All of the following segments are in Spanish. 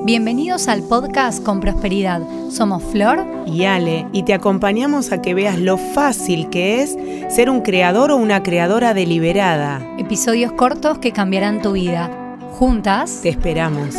Bienvenidos al podcast Con Prosperidad. Somos Flor y Ale, y te acompañamos a que veas lo fácil que es ser un creador o una creadora deliberada. Episodios cortos que cambiarán tu vida. Juntas te esperamos.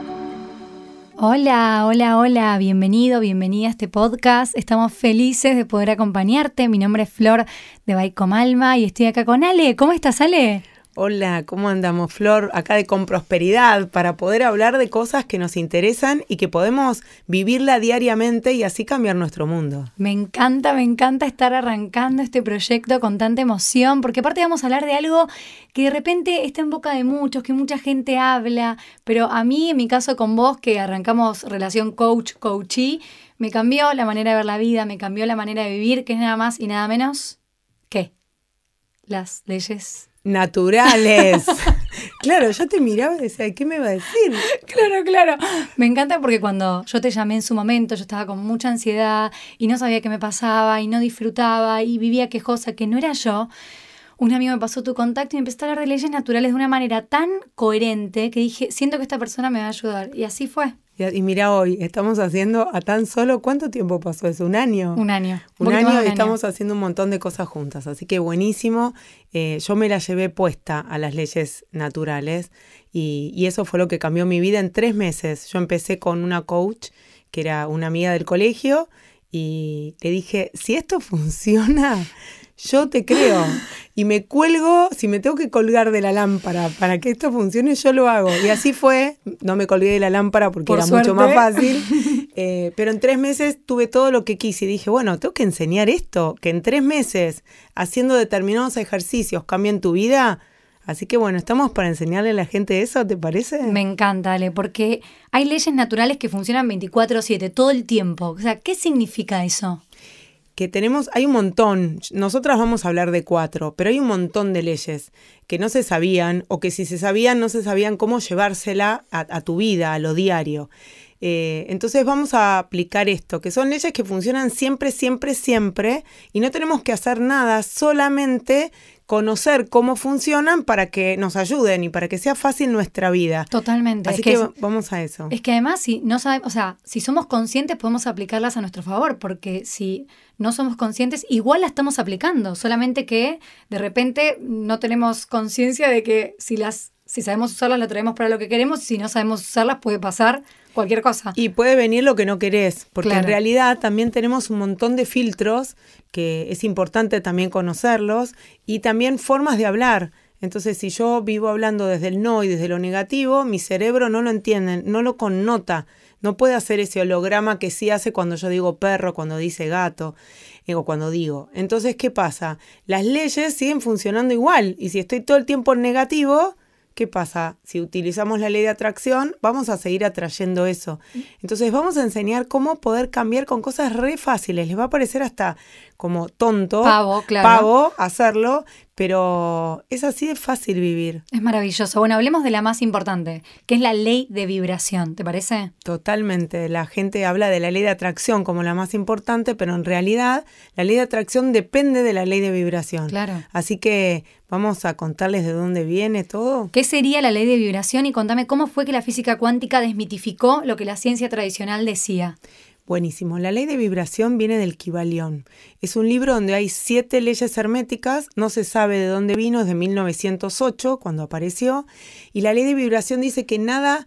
Hola, bienvenido, bienvenida a este podcast. Estamos felices de poder acompañarte. Mi nombre es Flor de Baicomalma y estoy acá con Ale. ¿Cómo estás, Ale? Hola, ¿cómo andamos, Flor? Acá de Con Prosperidad, para poder hablar de cosas que nos interesan y que podemos vivirla diariamente y así cambiar nuestro mundo. Me encanta estar arrancando este proyecto con tanta emoción, porque aparte vamos a hablar de algo que de repente está en boca de muchos, que mucha gente habla, pero a mí, en mi caso con vos, que arrancamos relación coach-coachee, me cambió la manera de ver la vida, me cambió la manera de vivir, que es nada más y nada menos que las leyes naturales. Claro, yo te miraba y decía, ¿qué me va a decir? Claro. Me encanta porque cuando yo te llamé en su momento, yo estaba con mucha ansiedad y no sabía qué me pasaba y no disfrutaba y vivía quejosa, que no era yo. Un amigo me pasó tu contacto y me empezó a hablar de leyes naturales de una manera tan coherente que dije, siento que esta persona me va a ayudar. Y así fue. Y mira, hoy estamos haciendo a tan solo, ¿cuánto tiempo pasó eso? ¿Un año? Un año. Un año y estamos haciendo un montón de cosas juntas, así que buenísimo. Yo me la llevé puesta a las leyes naturales y eso fue lo que cambió mi vida en 3 meses. Yo empecé con una coach que era una amiga del colegio y le dije, si esto funciona, yo te creo y me cuelgo, si me tengo que colgar de la lámpara para que esto funcione, yo lo hago. Y así fue, no me colgué de la lámpara porque era mucho más fácil, pero en 3 meses tuve todo lo que quise y dije, bueno, tengo que enseñar esto, que en 3 meses haciendo determinados ejercicios cambian tu vida. Así que bueno, estamos para enseñarle a la gente eso, ¿te parece? Me encanta, Ale, porque hay leyes naturales que funcionan 24/7, todo el tiempo. O sea, ¿qué significa eso? Que hay un montón, nosotras vamos a hablar de 4, pero hay un montón de leyes que no se sabían o que si se sabían no se sabían cómo llevársela a tu vida, a lo diario. Entonces vamos a aplicar esto, que son leyes que funcionan siempre y no tenemos que hacer nada, solamente conocer cómo funcionan para que nos ayuden y para que sea fácil nuestra vida. Totalmente. Así que vamos a eso. Es que además, si no sabemos, o sea, si somos conscientes podemos aplicarlas a nuestro favor, porque si no somos conscientes, igual la estamos aplicando, solamente que de repente no tenemos conciencia de que si sabemos usarlas, las traemos para lo que queremos, si no sabemos usarlas puede pasar cualquier cosa. Y puede venir lo que no querés, porque claro. En realidad también tenemos un montón de filtros que es importante también conocerlos y también formas de hablar. Entonces, si yo vivo hablando desde el no y desde lo negativo, mi cerebro no lo entiende, no lo connota. No puede hacer ese holograma que sí hace cuando yo digo perro, cuando dice gato, o cuando digo. Entonces, ¿qué pasa? Las leyes siguen funcionando igual. Y si estoy todo el tiempo en negativo, ¿qué pasa? Si utilizamos la ley de atracción, vamos a seguir atrayendo eso. Entonces vamos a enseñar cómo poder cambiar con cosas re fáciles. Les va a parecer hasta como tonto, pavo hacerlo, pero es así de fácil vivir. Es maravilloso. Bueno, hablemos de la más importante, que es la ley de vibración, ¿te parece? Totalmente. La gente habla de la ley de atracción como la más importante, pero en realidad la ley de atracción depende de la ley de vibración. Claro. Así que vamos a contarles de dónde viene todo. ¿Qué sería la ley de vibración? Y contame cómo fue que la física cuántica desmitificó lo que la ciencia tradicional decía. Buenísimo. La ley de vibración viene del Kybalión. Es un libro donde hay 7 leyes herméticas. No se sabe de dónde vino, es de 1908, cuando apareció. Y la ley de vibración dice que nada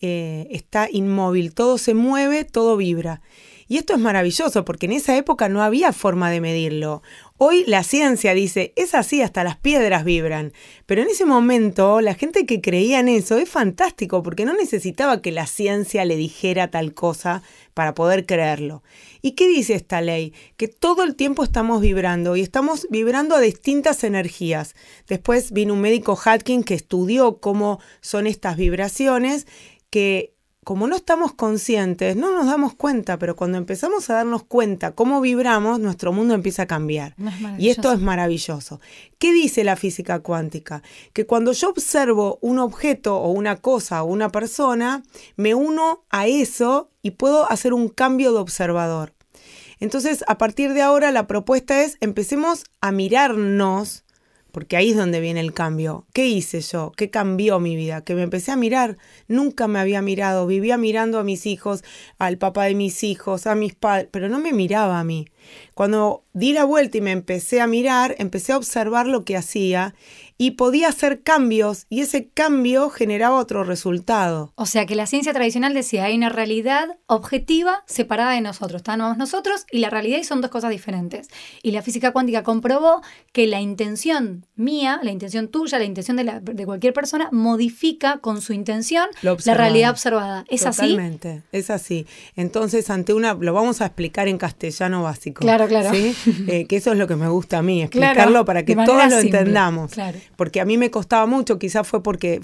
está inmóvil. Todo se mueve, todo vibra. Y esto es maravilloso porque en esa época no había forma de medirlo. Hoy la ciencia dice, es así, hasta las piedras vibran. Pero en ese momento la gente que creía en eso es fantástico porque no necesitaba que la ciencia le dijera tal cosa para poder creerlo. ¿Y qué dice esta ley? Que todo el tiempo estamos vibrando y estamos vibrando a distintas energías. Después vino un médico Hawkins que estudió cómo son estas vibraciones que como no estamos conscientes, no nos damos cuenta, pero cuando empezamos a darnos cuenta cómo vibramos, nuestro mundo empieza a cambiar. Y esto es maravilloso. ¿Qué dice la física cuántica? Que cuando yo observo un objeto o una cosa o una persona, me uno a eso y puedo hacer un cambio de observador. Entonces, a partir de ahora, la propuesta es empecemos a mirarnos porque ahí es donde viene el cambio. ¿Qué hice yo? ¿Qué cambió mi vida? Que me empecé a mirar. Nunca me había mirado. Vivía mirando a mis hijos, al papá de mis hijos, a mis padres, pero no me miraba a mí. Cuando di la vuelta y me empecé a mirar, empecé a observar lo que hacía y podía hacer cambios y ese cambio generaba otro resultado. O sea que la ciencia tradicional decía, hay una realidad objetiva separada de nosotros. Estábamos nosotros y la realidad y son dos cosas diferentes. Y la física cuántica comprobó que la intención mía, la intención tuya, la intención de cualquier persona modifica con su intención la realidad observada. ¿Es Totalmente, así? Es así. Entonces, lo vamos a explicar en castellano básico. Claro, claro. ¿Sí? Que eso es lo que me gusta a mí, explicarlo para que todos lo entendamos. Claro. Porque a mí me costaba mucho, quizás fue porque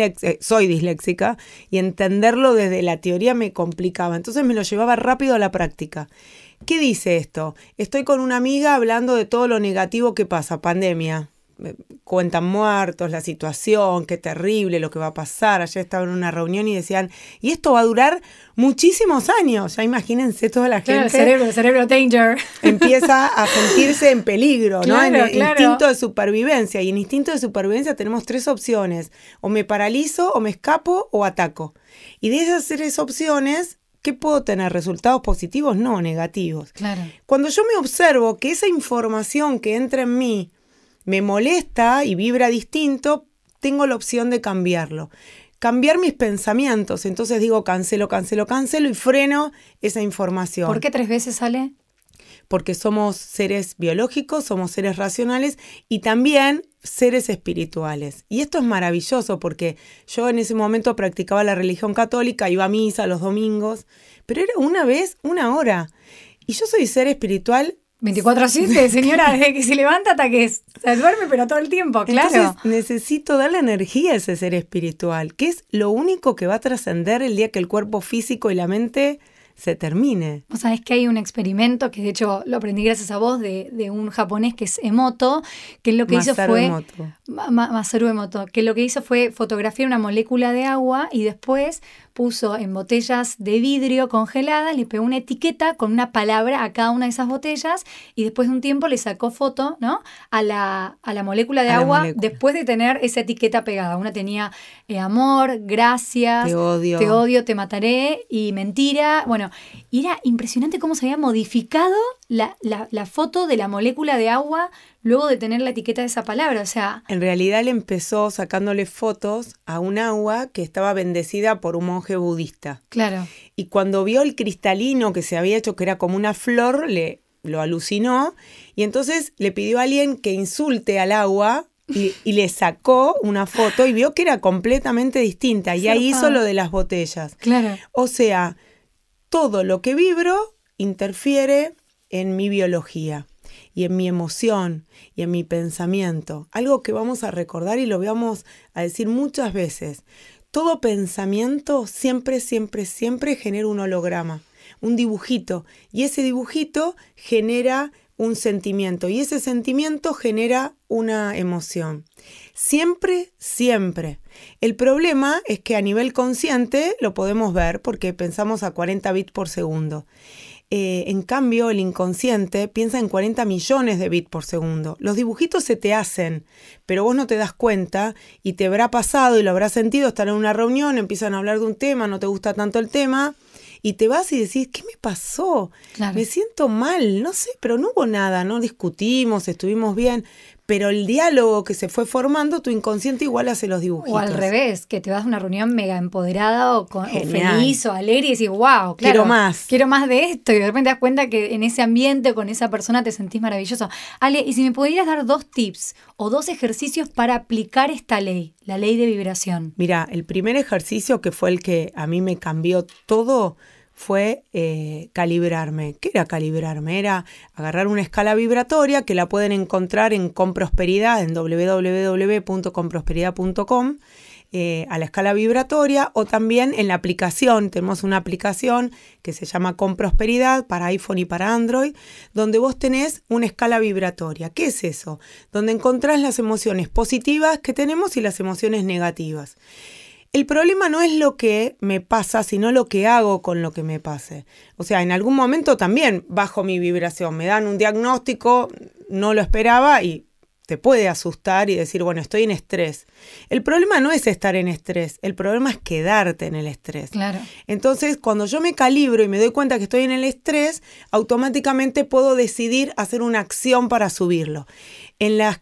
soy disléxica, y entenderlo desde la teoría me complicaba. Entonces me lo llevaba rápido a la práctica. ¿Qué dice esto? Estoy con una amiga hablando de todo lo negativo que pasa, pandemia. Cuentan muertos, la situación, qué terrible lo que va a pasar. Ayer estaba en una reunión y decían, y esto va a durar muchísimos años. Ya imagínense toda la gente. Claro, el cerebro danger. Empieza a sentirse en peligro, claro, ¿no? En el claro. instinto de supervivencia. Y en instinto de supervivencia tenemos 3 opciones. O me paralizo, o me escapo, o ataco. Y de esas 3 opciones, ¿qué puedo tener? ¿Resultados positivos? No, negativos. Claro. Cuando yo me observo que esa información que entra en mí me molesta y vibra distinto, tengo la opción de cambiarlo. Cambiar mis pensamientos. Entonces digo cancelo y freno esa información. ¿Por qué 3 veces sale? Porque somos seres biológicos, somos seres racionales y también seres espirituales. Y esto es maravilloso porque yo en ese momento practicaba la religión católica, iba a misa los domingos, pero era una vez, 1 hora. Y yo soy ser espiritual 24/7, señora, desde que se levanta hasta que se duerme, pero todo el tiempo, claro. Entonces necesito darle energía a ese ser espiritual, que es lo único que va a trascender el día que el cuerpo físico y la mente se termine. Vos sabés que hay un experimento, que de hecho lo aprendí gracias a vos, de un japonés que es Emoto, que lo que Masaru hizo fue... Emoto. Masaru Emoto, que lo que hizo fue fotografiar una molécula de agua y después puso en botellas de vidrio congeladas, le pegó una etiqueta con una palabra a cada una de esas botellas y después de un tiempo le sacó foto, ¿no?, a la molécula de agua después de tener esa etiqueta pegada. Una tenía amor, gracias, te odio, te mataré y mentira. Bueno, y era impresionante cómo se había modificado la foto de la molécula de agua luego de tener la etiqueta de esa palabra, o sea... En realidad él empezó sacándole fotos a un agua que estaba bendecida por un monje budista. Claro. Y cuando vio el cristalino que se había hecho, que era como una flor, lo alucinó y entonces le pidió a alguien que insulte al agua y le sacó una foto y vio que era completamente distinta. Y ahí hizo lo de las botellas. Claro. O sea, todo lo que vibro interfiere en mi biología y en mi emoción y en mi pensamiento. Algo que vamos a recordar y lo vamos a decir muchas veces. Todo pensamiento siempre genera un holograma, un dibujito. Y ese dibujito genera un sentimiento. Y ese sentimiento genera una emoción. Siempre. El problema es que a nivel consciente lo podemos ver porque pensamos a 40 bits por segundo. En cambio, el inconsciente piensa en 40 millones de bits por segundo. Los dibujitos se te hacen, pero vos no te das cuenta y te habrá pasado y lo habrás sentido, estar en una reunión, empiezan a hablar de un tema, no te gusta tanto el tema y te vas y decís, ¿qué me pasó? Claro. Me siento mal, no sé, pero no hubo nada, no discutimos, estuvimos bien. Pero el diálogo que se fue formando, tu inconsciente igual hace los dibujitos. O al revés, que te vas a una reunión mega empoderada o feliz o alegre y decís, wow, claro, quiero más de esto. Y de repente te das cuenta que en ese ambiente, con esa persona, te sentís maravilloso. Ale, y si me pudieras dar 2 tips o 2 ejercicios para aplicar esta ley, la ley de vibración. Mira, el primer ejercicio que fue el que a mí me cambió todo fue calibrarme. ¿Qué era calibrarme? Era agarrar una escala vibratoria que la pueden encontrar en Comprosperidad, en www.comprosperidad.com, a la escala vibratoria, o también en la aplicación. Tenemos una aplicación que se llama Comprosperidad para iPhone y para Android, donde vos tenés una escala vibratoria. ¿Qué es eso? Donde encontrás las emociones positivas que tenemos y las emociones negativas. El problema no es lo que me pasa, sino lo que hago con lo que me pase. O sea, en algún momento también bajo mi vibración. Me dan un diagnóstico, no lo esperaba y te puede asustar y decir, bueno, estoy en estrés. El problema no es estar en estrés, el problema es quedarte en el estrés. Claro. Entonces, cuando yo me calibro y me doy cuenta que estoy en el estrés, automáticamente puedo decidir hacer una acción para subirlo. En la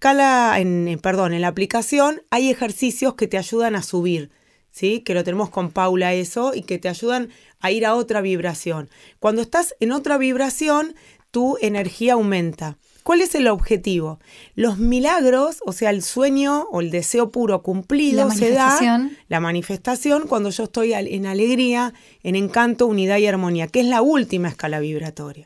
en la aplicación hay ejercicios que te ayudan a subir, ¿sí? Que lo tenemos con Paula eso, y que te ayudan a ir a otra vibración. Cuando estás en otra vibración, tu energía aumenta. ¿Cuál es el objetivo? Los milagros, o sea, el sueño o el deseo puro cumplido se da, la manifestación, cuando yo estoy en alegría, en encanto, unidad y armonía, que es la última escala vibratoria.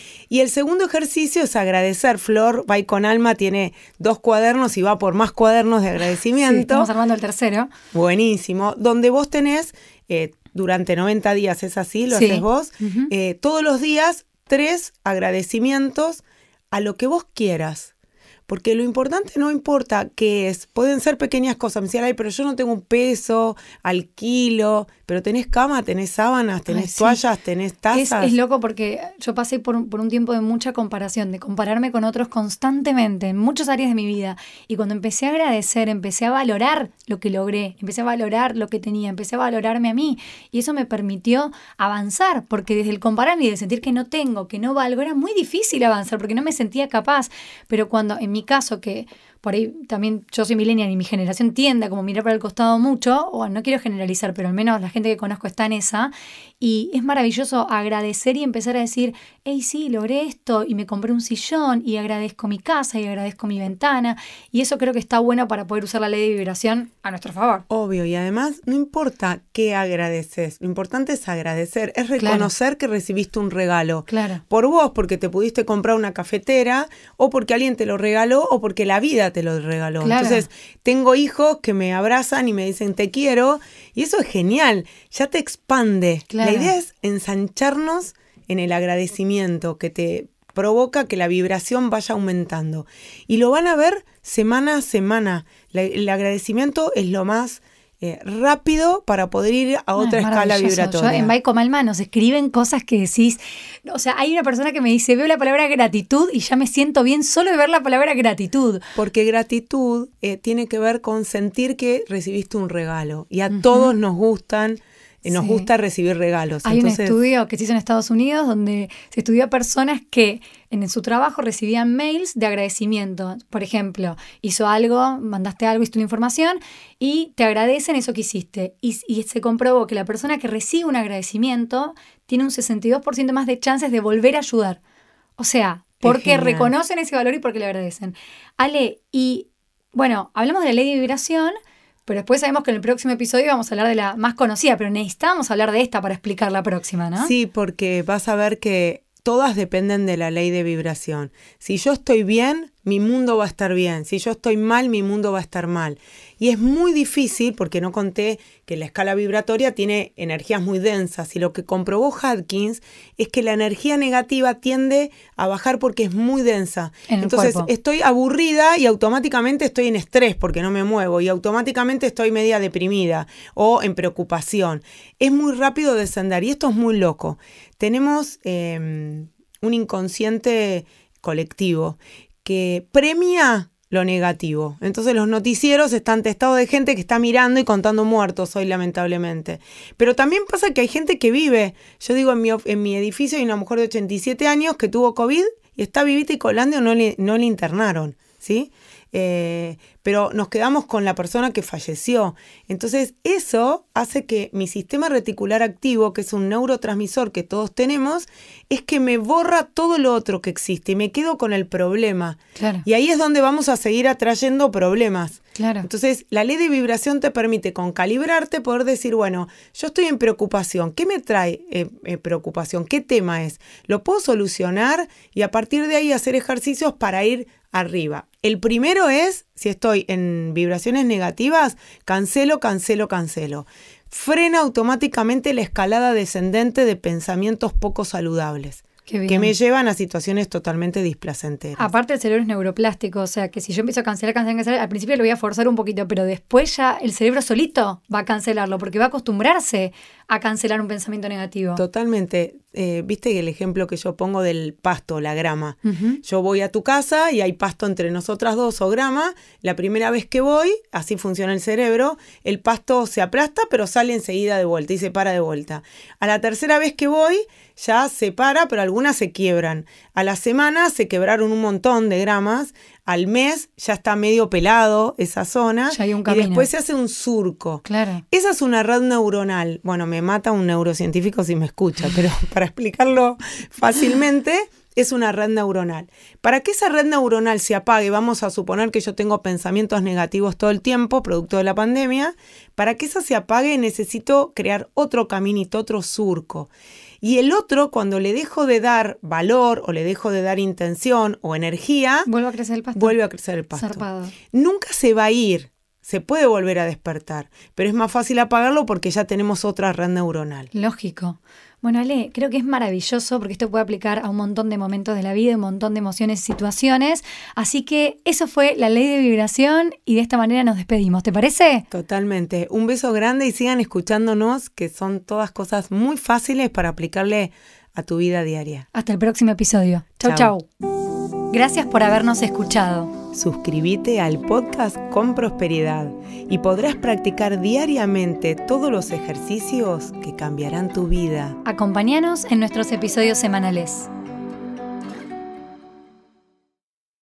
Y el segundo ejercicio es agradecer. Flor va con alma, tiene 2 cuadernos y va por más cuadernos de agradecimiento. Sí, estamos armando el tercero. Buenísimo. Donde vos tenés, durante 90 días, ¿es así? ¿Lo haces vos? Todos los días, 3 agradecimientos a lo que vos quieras. Porque lo importante no importa qué es, pueden ser pequeñas cosas. Me decían, ay, pero yo no tengo un peso al kilo, pero tenés cama, tenés sábanas, tenés toallas, tenés tazas. Es loco porque yo pasé por un tiempo de mucha comparación, de compararme con otros constantemente en muchas áreas de mi vida. Y cuando empecé a agradecer, empecé a valorar lo que logré, empecé a valorar lo que tenía, empecé a valorarme a mí. Y eso me permitió avanzar, porque desde el compararme y de sentir que no tengo, que no valgo, era muy difícil avanzar porque no me sentía capaz. Pero cuando en mi caso, que por ahí también yo soy millennial y mi generación tiende a como mirar para el costado mucho, o no quiero generalizar, pero al menos la gente que conozco está en esa, y es maravilloso agradecer y empezar a decir, hey, sí, logré esto, y me compré un sillón, y agradezco mi casa, y agradezco mi ventana, y eso creo que está bueno para poder usar la ley de vibración a nuestro favor. Obvio, y además no importa qué agradeces, lo importante es agradecer, es reconocer que recibiste un regalo. Claro. Por vos, porque te pudiste comprar una cafetera, o porque alguien te lo regaló, o porque la vida te lo regaló. Claro. Entonces, tengo hijos que me abrazan y me dicen te quiero, y eso es genial, ya te expande. Claro. La idea es ensancharnos en el agradecimiento que te provoca que la vibración vaya aumentando. Y lo van a ver semana a semana. El agradecimiento es lo más rápido para poder ir a otra escala vibratoria. Yo en Vai Comalma nos escriben cosas que decís, o sea, hay una persona que me dice, veo la palabra gratitud y ya me siento bien solo de ver la palabra gratitud. Porque gratitud tiene que ver con sentir que recibiste un regalo, y a todos nos gustan. Nos gusta recibir regalos. Hay un estudio que se hizo en Estados Unidos donde se estudió a personas que en su trabajo recibían mails de agradecimiento. Por ejemplo, hizo algo, mandaste algo, hiciste una información y te agradecen eso que hiciste. Y se comprobó que la persona que recibe un agradecimiento tiene un 62% más de chances de volver a ayudar. O sea, porque reconocen ese valor y porque le agradecen. Ale, y bueno, hablamos de la ley de vibración, pero después sabemos que en el próximo episodio vamos a hablar de la más conocida, pero necesitábamos hablar de esta para explicar la próxima, ¿no? Sí, porque vas a ver que todas dependen de la ley de vibración. Si yo estoy bien, mi mundo va a estar bien. Si yo estoy mal, mi mundo va a estar mal. Y es muy difícil, porque no conté que la escala vibratoria tiene energías muy densas. Y lo que comprobó Hawkins es que la energía negativa tiende a bajar porque es muy densa. Entonces estoy aburrida y automáticamente estoy en estrés porque no me muevo. Y automáticamente estoy media deprimida o en preocupación. Es muy rápido descender y esto es muy loco. Tenemos un inconsciente colectivo que premia lo negativo. Entonces los noticieros están testados de gente que está mirando y contando muertos hoy, lamentablemente. Pero también pasa que hay gente que vive. Yo digo, en mi edificio hay una mujer de 87 años que tuvo COVID y está vivita y coleando, no le internaron, ¿sí? Pero nos quedamos con la persona que falleció. Entonces eso hace que mi sistema reticular activo, que es un neurotransmisor que todos tenemos, es que me borra todo lo otro que existe y me quedo con el problema. Claro. Y ahí es donde vamos a seguir atrayendo problemas. Claro. Entonces la ley de vibración te permite con calibrarte poder decir, bueno, yo estoy en preocupación. ¿Qué me trae preocupación? ¿Qué tema es? ¿Lo puedo solucionar? Y a partir de ahí hacer ejercicios para ir arriba. El primero es, si estoy en vibraciones negativas, cancelo. Frena automáticamente la escalada descendente de pensamientos poco saludables. Qué bien. que me llevan a situaciones totalmente displacenteras. Aparte el cerebro es neuroplástico, o sea que si yo empiezo a cancelar, al principio lo voy a forzar un poquito, pero después ya el cerebro solito va a cancelarlo, porque va a acostumbrarse a cancelar un pensamiento negativo. Totalmente. Viste que el ejemplo que yo pongo del pasto, la grama. Ujú. Yo voy a tu casa y hay pasto entre nosotras dos o grama. La primera vez que voy, así funciona el cerebro, el pasto se aplasta pero sale enseguida de vuelta y se para de vuelta. A la tercera vez que voy, ya se para, pero algunas se quiebran. A la semana se quebraron un montón de gramas. Al mes ya está medio pelado esa zona. Ya hay un y camino. después se hace un surco. Claro. Esa es una red neuronal. Bueno, me mata un neurocientífico si me escucha, pero para explicarlo fácilmente, es una red neuronal. Para que esa red neuronal se apague, vamos a suponer que yo tengo pensamientos negativos todo el tiempo, producto de la pandemia, para que esa se apague necesito crear otro caminito, otro surco. Y el otro, cuando le dejo de dar valor o le dejo de dar intención o energía, Vuelve a crecer el pasto. vuelve a crecer el pasto. Zarpado. Nunca se va a ir, se puede volver a despertar, pero es más fácil apagarlo porque ya tenemos otra red neuronal. Lógico. Bueno, Ale, creo que es maravilloso porque esto puede aplicar a un montón de momentos de la vida, un montón de emociones y situaciones. Así que eso fue la ley de vibración y de esta manera nos despedimos. ¿Te parece? Totalmente. Un beso grande y sigan escuchándonos, que son todas cosas muy fáciles para aplicarle a tu vida diaria. Hasta el próximo episodio. Chau, Chau. chau. Gracias por habernos escuchado. Suscríbete al podcast Con Prosperidad y podrás practicar diariamente todos los ejercicios que cambiarán tu vida. Acompáñanos en nuestros episodios semanales.